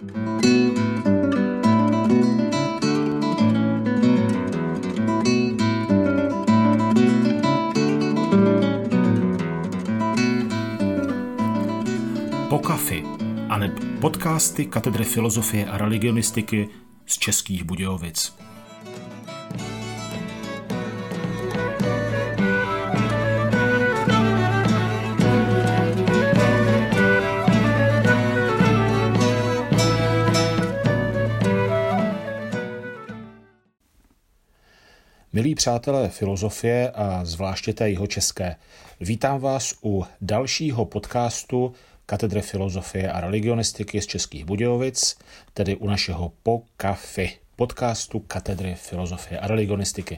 Pokafy, aneb podcasty Katedry filozofie a religionistiky z Českých Budějovic. Milí přátelé filozofie a zvláště té jihočeské, vítám vás u dalšího podcastu Katedry filozofie a religionistiky z Českých Budějovic, tedy u našeho Pokafy, podcastu Katedry filozofie a religionistiky.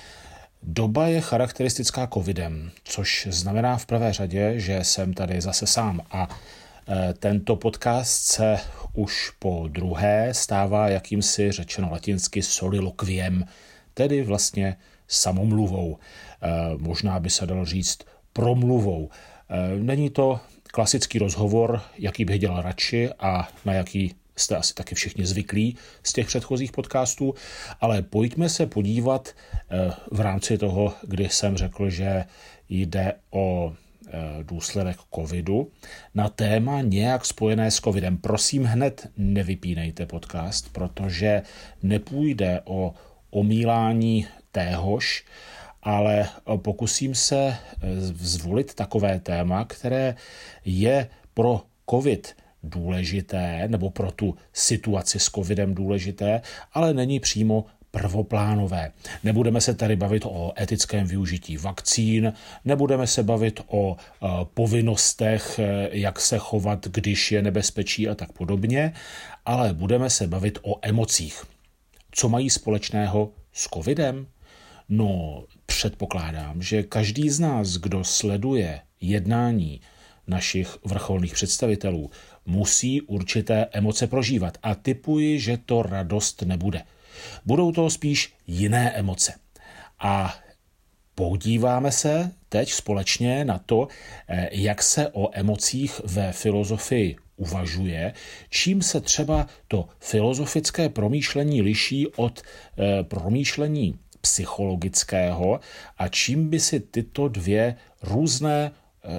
Doba je charakteristická covidem, což znamená v prvé řadě, že jsem tady zase sám a tento podcast se už po druhé stává jakýmsi, řečeno latinsky, soliloquiem, tedy vlastně samomluvou. Možná by se dalo říct promluvou. Není to klasický rozhovor, jaký bych dělal radši a na jaký jste asi taky všichni zvyklí z těch předchozích podcastů, ale pojďme se podívat v rámci toho, kdy jsem řekl, že jde o důsledek covidu, na téma nějak spojené s covidem. Prosím, hned nevypínejte podcast, protože nepůjde o omílání téhož, ale pokusím se zvolit takové téma, které je pro covid důležité, nebo pro tu situaci s covidem důležité, ale není přímo prvoplánové. Nebudeme se tady bavit o etickém využití vakcín, nebudeme se bavit o povinnostech, jak se chovat, když je nebezpečí a tak podobně, ale budeme se bavit o emocích. Co mají společného s covidem? No, předpokládám, že každý z nás, kdo sleduje jednání našich vrcholných představitelů, musí určité emoce prožívat a tipuji, že to radost nebude. Budou to spíš jiné emoce. A podíváme se teď společně na to, jak se o emocích ve filozofii uvažuje, čím se třeba to filozofické promýšlení liší od promýšlení psychologického a čím by si tyto dvě různé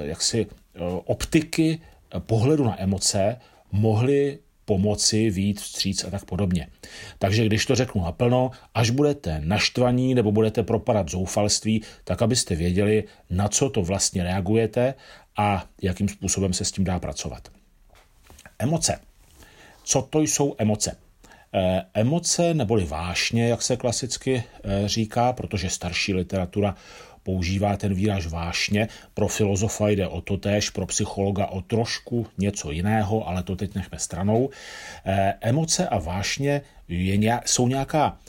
optiky pohledu na emoce mohly pomoci vyjít vstříc a tak podobně. Takže když to řeknu naplno, až budete naštvaní nebo budete propadat zoufalství, tak abyste věděli, na co to vlastně reagujete a jakým způsobem se s tím dá pracovat. Emoce. Co to jsou emoce? Emoce neboli vášně, jak se klasicky říká, protože starší literatura používá ten výraz vášně. Pro filozofa jde o to též, pro psychologa o trošku něco jiného, ale to teď nechme stranou. Emoce a vášně jsou nějaká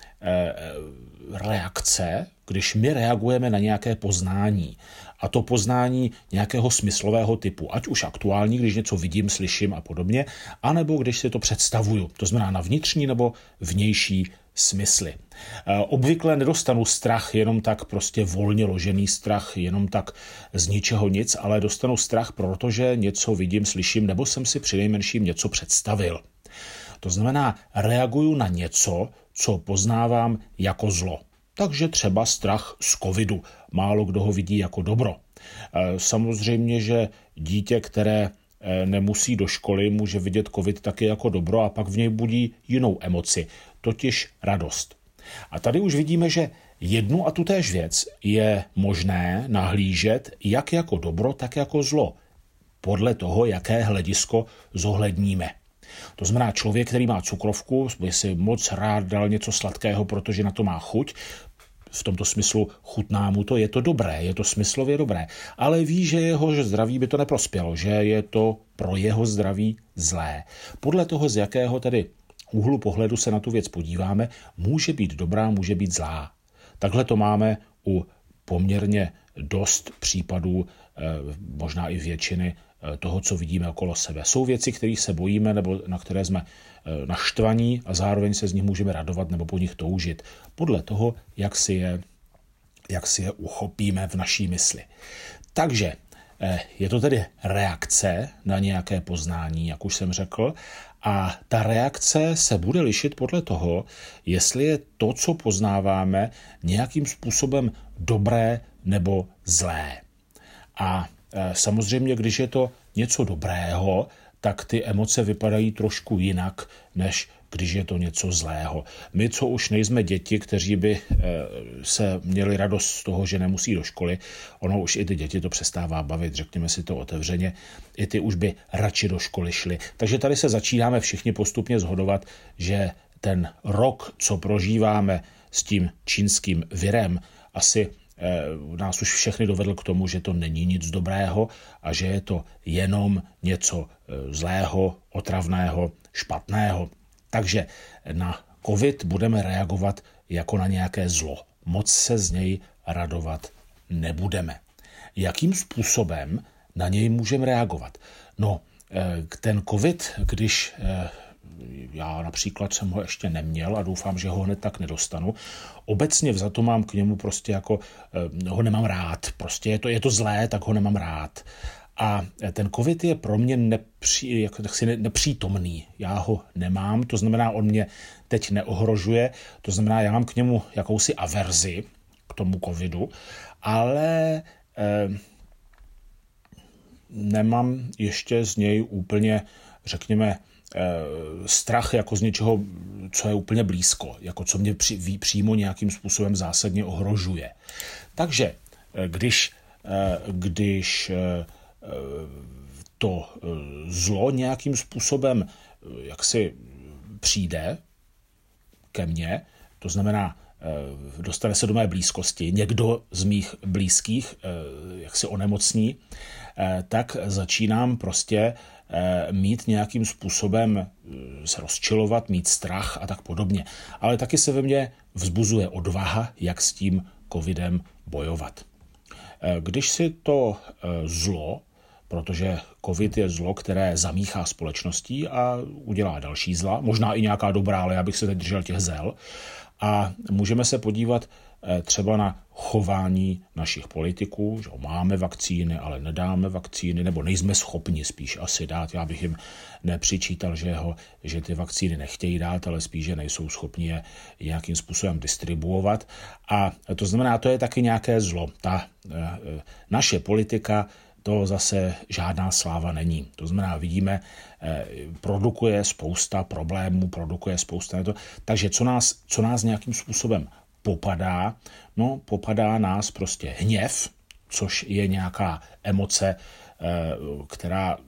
reakce, když my reagujeme na nějaké poznání. A to poznání nějakého smyslového typu, ať už aktuální, když něco vidím, slyším a podobně, anebo když si to představuju. To znamená na vnitřní nebo vnější smysly. Obvykle nedostanu strach jenom tak prostě volně ložený strach, jenom tak z ničeho nic, ale dostanu strach, protože něco vidím, slyším, nebo jsem si přinejmenším něco představil. To znamená, reaguju na něco, co poznávám jako zlo. Takže třeba strach z covidu. Málo kdo ho vidí jako dobro. Samozřejmě, že dítě, které nemusí do školy, může vidět covid taky jako dobro a pak v něj budí jinou emoci, totiž radost. A tady už vidíme, že jednu a tutéž věc je možné nahlížet jak jako dobro, tak jako zlo. Podle toho, jaké hledisko zohledníme. To znamená, člověk, který má cukrovku, by si moc rád dal něco sladkého, protože na to má chuť. V tomto smyslu chutná mu to, je to dobré, je to smyslově dobré, ale ví, že jeho zdraví by to neprospělo, že je to pro jeho zdraví zlé. Podle toho, z jakého tedy úhlu pohledu se na tu věc podíváme, může být dobrá, může být zlá. Takhle to máme u poměrně dost případů, možná i většiny toho, co vidíme okolo sebe. Jsou věci, kterých se bojíme nebo na které jsme naštvaní a zároveň se z nich můžeme radovat nebo po nich toužit. Podle toho, jak si je uchopíme v naší mysli. Takže Je to tedy reakce na nějaké poznání, jak už jsem řekl, a ta reakce se bude lišit podle toho, jestli je to, co poznáváme, nějakým způsobem dobré nebo zlé. A samozřejmě, když je to něco dobrého, tak ty emoce vypadají trošku jinak, než když je to něco zlého. My, co už nejsme děti, kteří by se měli radost z toho, že nemusí do školy, ono už i ty děti to přestává bavit, řekněme si to otevřeně, i ty už by radši do školy šly. Takže tady se začínáme všichni postupně shodovat, že ten rok, co prožíváme s tím čínským virem, asi nás už všechny dovedl k tomu, že to není nic dobrého a že je to jenom něco zlého, otravného, špatného. Takže na covid budeme reagovat jako na nějaké zlo. Moc se z něj radovat nebudeme. Jakým způsobem na něj můžeme reagovat? No, ten covid, když já například jsem ho ještě neměl a doufám, že ho hned tak nedostanu. Obecně vzato mám k němu prostě jako, ho nemám rád. Prostě je to zlé, tak ho nemám rád. A ten covid je pro mě nepřítomný. Já ho nemám, to znamená, on mě teď neohrožuje, to znamená, já mám k němu jakousi averzi, k tomu covidu, ale nemám ještě z něj úplně, řekněme, strach jako z něčeho, co je úplně blízko, jako co mě přímo nějakým způsobem zásadně ohrožuje. Takže když to zlo nějakým způsobem jaksi přijde ke mně, to znamená, dostane se do mé blízkosti, někdo z mých blízkých jaksi onemocní, tak začínám prostě mít nějakým způsobem se rozčilovat, mít strach a tak podobně. Ale taky se ve mně vzbuzuje odvaha, jak s tím covidem bojovat. Když si to zlo, protože covid je zlo, které zamíchá společností a udělá další zla, možná i nějaká dobrá, ale já bych se teď držel těch zel, a můžeme se podívat třeba na chování našich politiků, že máme vakcíny, ale nedáme vakcíny, nebo nejsme schopni spíš asi dát. Já bych jim nepřičítal, že ty vakcíny nechtějí dát, ale spíš, že nejsou schopni je nějakým způsobem distribuovat. A to znamená, to je taky nějaké zlo. Ta naše politika, to zase žádná sláva není. To znamená, vidíme, produkuje spousta problémů, produkuje spousta to. Takže co nás nějakým způsobem popadá? No, popadá nás prostě hněv, což je nějaká emoce, která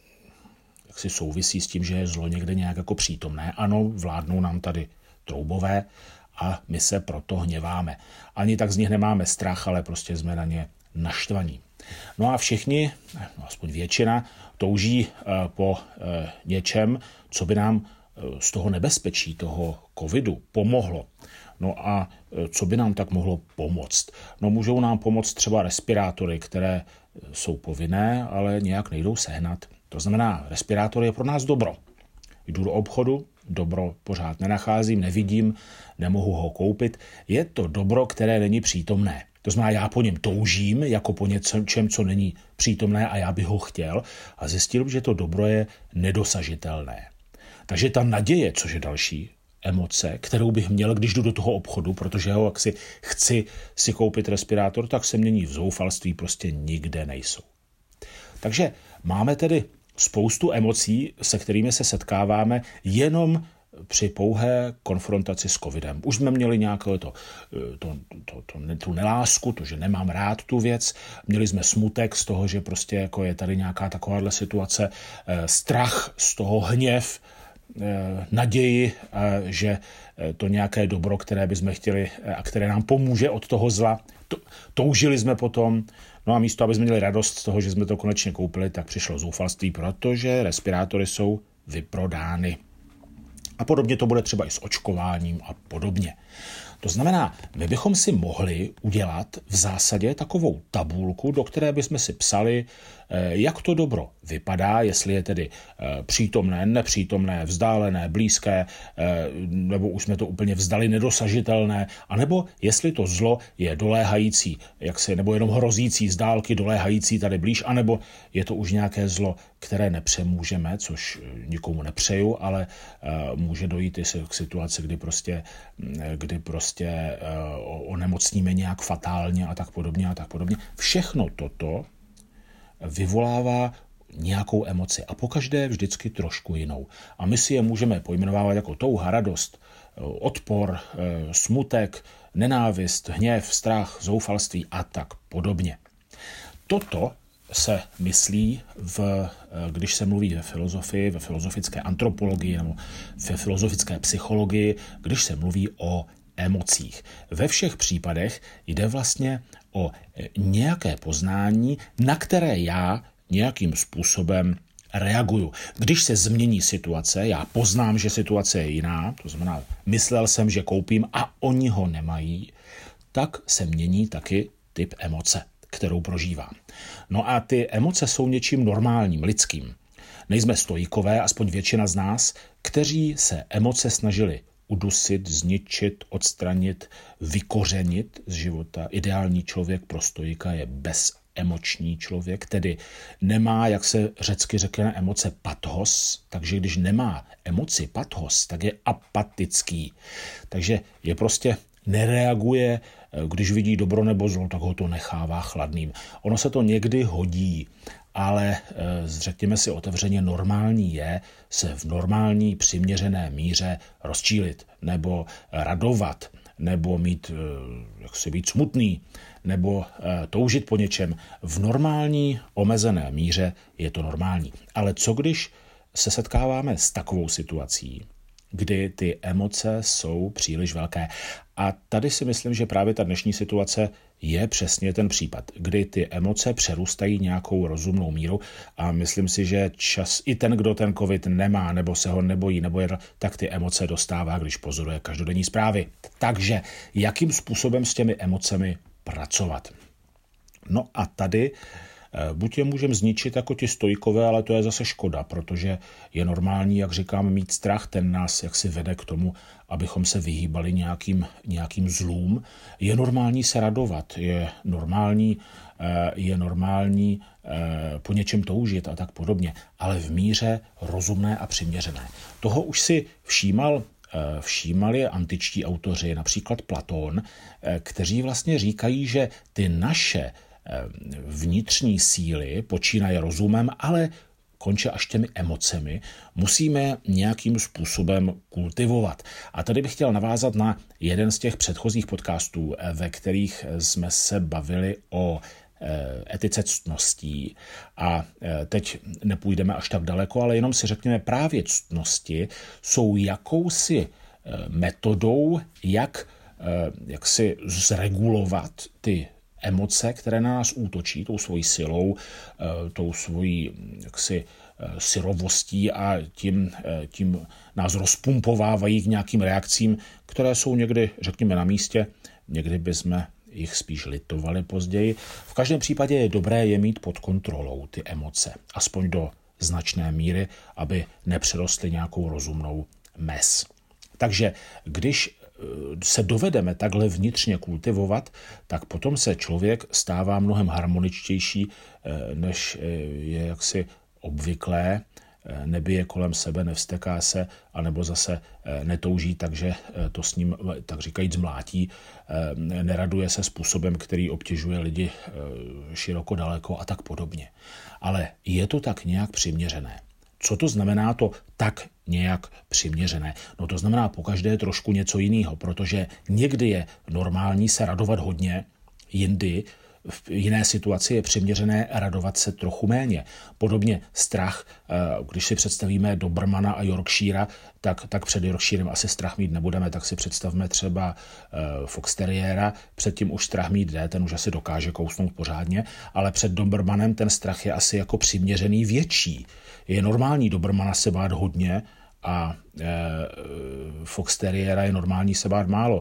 jaksi souvisí s tím, že je zlo někde nějak jako přítomné. Ano, vládnou nám tady troubové a my se proto hněváme. Ani tak z nich nemáme strach, ale prostě jsme na ně naštvaní. No a všichni, aspoň většina, touží po něčem, co by nám z toho nebezpečí, toho covidu pomohlo. No a co by nám tak mohlo pomoct? No můžou nám pomoct třeba respirátory, které jsou povinné, ale nějak nejdou sehnat. To znamená, respirátor je pro nás dobro. Jdu do obchodu, dobro pořád nenacházím, nevidím, nemohu ho koupit. Je to dobro, které není přítomné. To znamená, já po něm toužím, jako po něčem, co není přítomné a já bych ho chtěl a zjistil, že to dobro je nedosažitelné. Takže ta naděje, což je další emoce, kterou bych měl, když jdu do toho obchodu, protože chci si koupit respirátor, tak se mění v zoufalství, prostě nikde nejsou. Takže máme tedy spoustu emocí, se kterými se setkáváme jenom při pouhé konfrontaci s covidem. Už jsme měli nějakou tu nelásku, to, že nemám rád tu věc, měli jsme smutek z toho, že prostě jako je tady nějaká takováhle situace, strach z toho, hněv, naději, že to nějaké dobro, které bychom chtěli a které nám pomůže od toho zla, toužili jsme potom. No a místo, aby jsme měli radost z toho, že jsme to konečně koupili, tak přišlo zoufalství, protože respirátory jsou vyprodány. A podobně to bude třeba i s očkováním a podobně. To znamená, my bychom si mohli udělat v zásadě takovou tabulku, do které bychom si psali, jak to dobro vypadá, jestli je tedy přítomné, nepřítomné, vzdálené, blízké, nebo už jsme to úplně vzdali, nedosažitelné, anebo jestli to zlo je doléhající, nebo jenom hrozící z dálky, doléhající tady blíž, anebo je to už nějaké zlo, které nepřemůžeme, což nikomu nepřeju, ale může dojít i k situaci, kdy prostě onemocníme nějak fatálně a tak podobně. Všechno toto vyvolává nějakou emoci a pokaždé vždycky trošku jinou. A my si je můžeme pojmenovávat jako touha, radost, odpor, smutek, nenávist, hněv, strach, zoufalství a tak podobně. Toto se myslí, když se mluví ve filozofii, ve filozofické antropologii nebo ve filozofické psychologii, když se mluví o emocích. Ve všech případech jde vlastně o nějaké poznání, na které já nějakým způsobem reaguju. Když se změní situace, já poznám, že situace je jiná, to znamená, myslel jsem, že koupím a oni ho nemají, tak se mění taky typ emoce, kterou prožívám. No a ty emoce jsou něčím normálním, lidským. Nejsme stoikové, aspoň většina z nás, kteří se emoce snažili udusit, zničit, odstranit, vykořenit z života. Ideální člověk pro stoika je bezemoční člověk, tedy nemá, jak se řecky řekne, emoce pathos, takže když nemá emoci pathos, tak je apatický. Takže je prostě nereaguje, když vidí dobro nebo zlo, tak ho to nechává chladným. Ono se to někdy hodí, ale řekněme si otevřeně, normální je se v normální přiměřené míře rozčílit nebo radovat, nebo být smutný, nebo toužit po něčem. V normální omezené míře je to normální. Ale co když se setkáváme s takovou situací, kdy ty emoce jsou příliš velké? A tady si myslím, že právě ta dnešní situace je přesně ten případ, kdy ty emoce přerůstají nějakou rozumnou míru a myslím si, že čas i ten, kdo ten covid nemá, nebo se ho nebojí, tak ty emoce dostává, když pozoruje každodenní zprávy. Takže jakým způsobem s těmi emocemi pracovat? No a tady buď je můžeme zničit jako ti stoikové, ale to je zase škoda, protože je normální, jak říkám, mít strach, ten nás jaksi vede k tomu, abychom se vyhýbali nějakým zlům. Je normální se radovat, je normální po něčem toužit a tak podobně, ale v míře rozumné a přiměřené. Toho už si všímali antičtí autoři, například Platón, kteří vlastně říkají, že ty naše vnitřní síly, počínaje rozumem, ale konče až těmi emocemi, musíme nějakým způsobem kultivovat. A tady bych chtěl navázat na jeden z těch předchozích podcastů, ve kterých jsme se bavili o etice ctností. A teď nepůjdeme až tak daleko, ale jenom si řekněme, právě ctnosti jsou jakousi metodou, jak si zregulovat ty emoce, které na nás útočí, tou svojí silou, tou svojí syrovostí a tím nás rozpumpovávají k nějakým reakcím, které jsou někdy, řekněme, na místě, někdy bychom jich spíš litovali později. V každém případě je dobré je mít pod kontrolou, ty emoce, aspoň do značné míry, aby nepřerostly nějakou rozumnou mez. Takže když se dovedeme takhle vnitřně kultivovat, tak potom se člověk stává mnohem harmoničtější, než je jaksi obvyklé, nebije kolem sebe, nevsteká se, anebo zase netouží, takže to s ním, tak říkajíc, mlátí, neraduje se způsobem, který obtěžuje lidi široko, daleko a tak podobně. Ale je to tak nějak přiměřené. Co to znamená to tak nějak přiměřené? No to znamená pokaždé trošku něco jiného, protože někdy je normální se radovat hodně, jindy v jiné situaci je přiměřené radovat se trochu méně. Podobně strach, když si představíme Dobermana a Yorkshira, tak před Yorkshirem asi strach mít nebudeme, tak si představme třeba Fox Terriera, předtím už strach mít jde, ten už asi dokáže kousnout pořádně, ale před Dobermanem ten strach je asi jako přiměřený větší. Je normální Dobermana se bát hodně a Fox Terriera je normální se bát málo.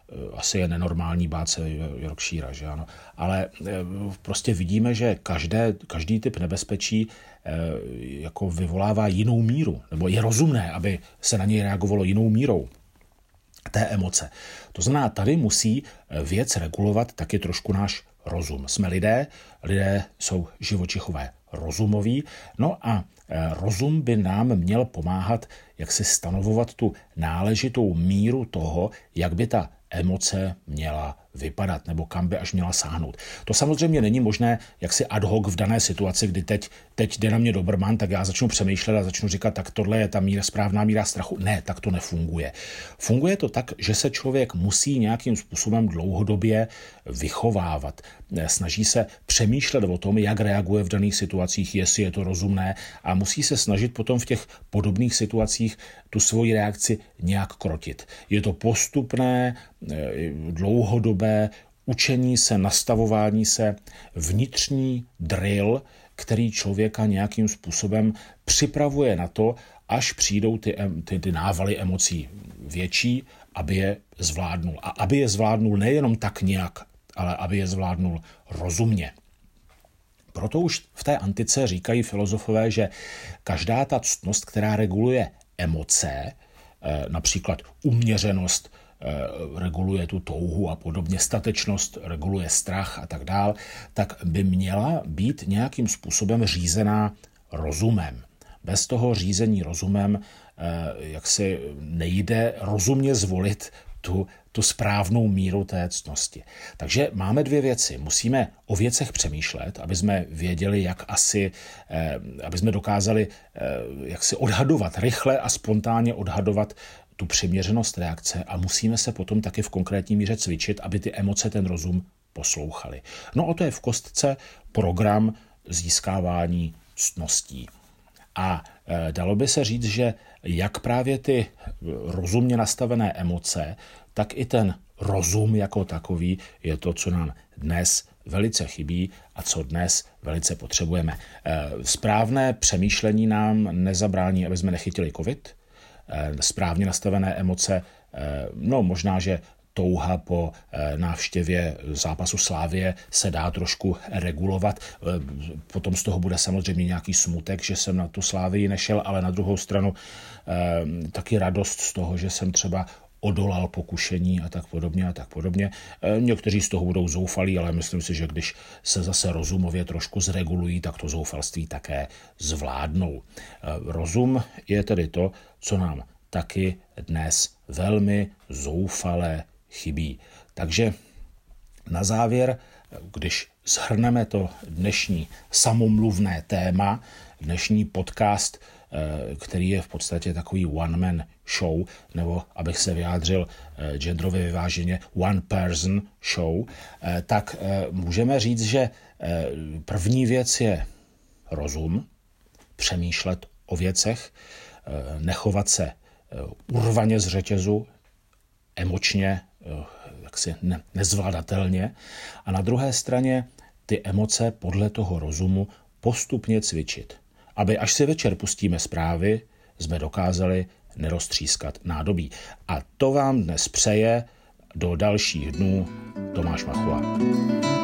asi je nenormální bát se Yorkshire, že ano. Ale prostě vidíme, že každý typ nebezpečí jako vyvolává jinou míru, nebo je rozumné, aby se na něj reagovalo jinou mírou té emoce. To znamená, tady musí věc regulovat taky trošku náš rozum. Jsme lidé jsou živočichové rozumoví, no a rozum by nám měl pomáhat, jak si stanovovat tu náležitou míru toho, jak by ta emoce měla vypadat, nebo kam by až měla sáhnout. To samozřejmě není možné, jak si ad hoc v dané situaci, kdy teď jde na mě Doberman, tak já začnu přemýšlet a začnu říkat, tak tohle je ta správná míra strachu. Ne, tak to nefunguje. Funguje to tak, že se člověk musí nějakým způsobem dlouhodobě vychovávat. Snaží se přemýšlet o tom, jak reaguje v daných situacích, jestli je to rozumné a musí se snažit potom v těch podobných situacích tu svoji reakci nějak krotit. Je to postupné, dlouhodobé učení se, nastavování se, vnitřní drill, který člověka nějakým způsobem připravuje na to, až přijdou ty návaly emocí větší, aby je zvládnul. A aby je zvládnul nejenom tak nějak, ale aby je zvládnul rozumně. Proto už v té antice říkají filozofové, že každá ta ctnost, která reguluje emoce, například uměřenost, reguluje tu touhu a podobně, statečnost reguluje strach a tak dál, tak by měla být nějakým způsobem řízená rozumem. Bez toho řízení rozumem jak si nejde rozumně zvolit tu správnou míru té ctnosti. Takže máme dvě věci. Musíme o věcech přemýšlet, aby jsme věděli, aby jsme dokázali jak si odhadovat, rychle a spontánně odhadovat tu přiměřenost reakce a musíme se potom taky v konkrétní míře cvičit, aby ty emoce ten rozum poslouchaly. No o to je v kostce program získávání ctností. A dalo by se říct, že jak právě ty rozumně nastavené emoce, tak i ten rozum jako takový je to, co nám dnes velice chybí a co dnes velice potřebujeme. Správné přemýšlení nám nezabrání, aby jsme nechytili covid. Správně nastavené emoce, no možná, že touha po návštěvě zápasu Slavie se dá trošku regulovat. Potom z toho bude samozřejmě nějaký smutek, že jsem na tu Slavii nešel, ale na druhou stranu taky radost z toho, že jsem třeba odolal pokušení a tak podobně. Někteří z toho budou zoufalí, ale myslím si, že když se zase rozumově trošku zregulují, tak to zoufalství také zvládnou. Rozum je tedy to, co nám taky dnes velmi zoufale chybí. Takže na závěr, když shrneme to dnešní samomluvné téma, dnešní podcast, který je v podstatě takový one-man show, nebo abych se vyjádřil genderově vyváženě one-person show, tak můžeme říct, že první věc je rozum, přemýšlet o věcech, nechovat se urvaně z řetězu, emočně, jaksi nezvladatelně a na druhé straně ty emoce podle toho rozumu postupně cvičit, aby až si večer pustíme zprávy, jsme dokázali neroztřískat nádobí. A to vám dnes přeje do dalších dnů Tomáš Machua.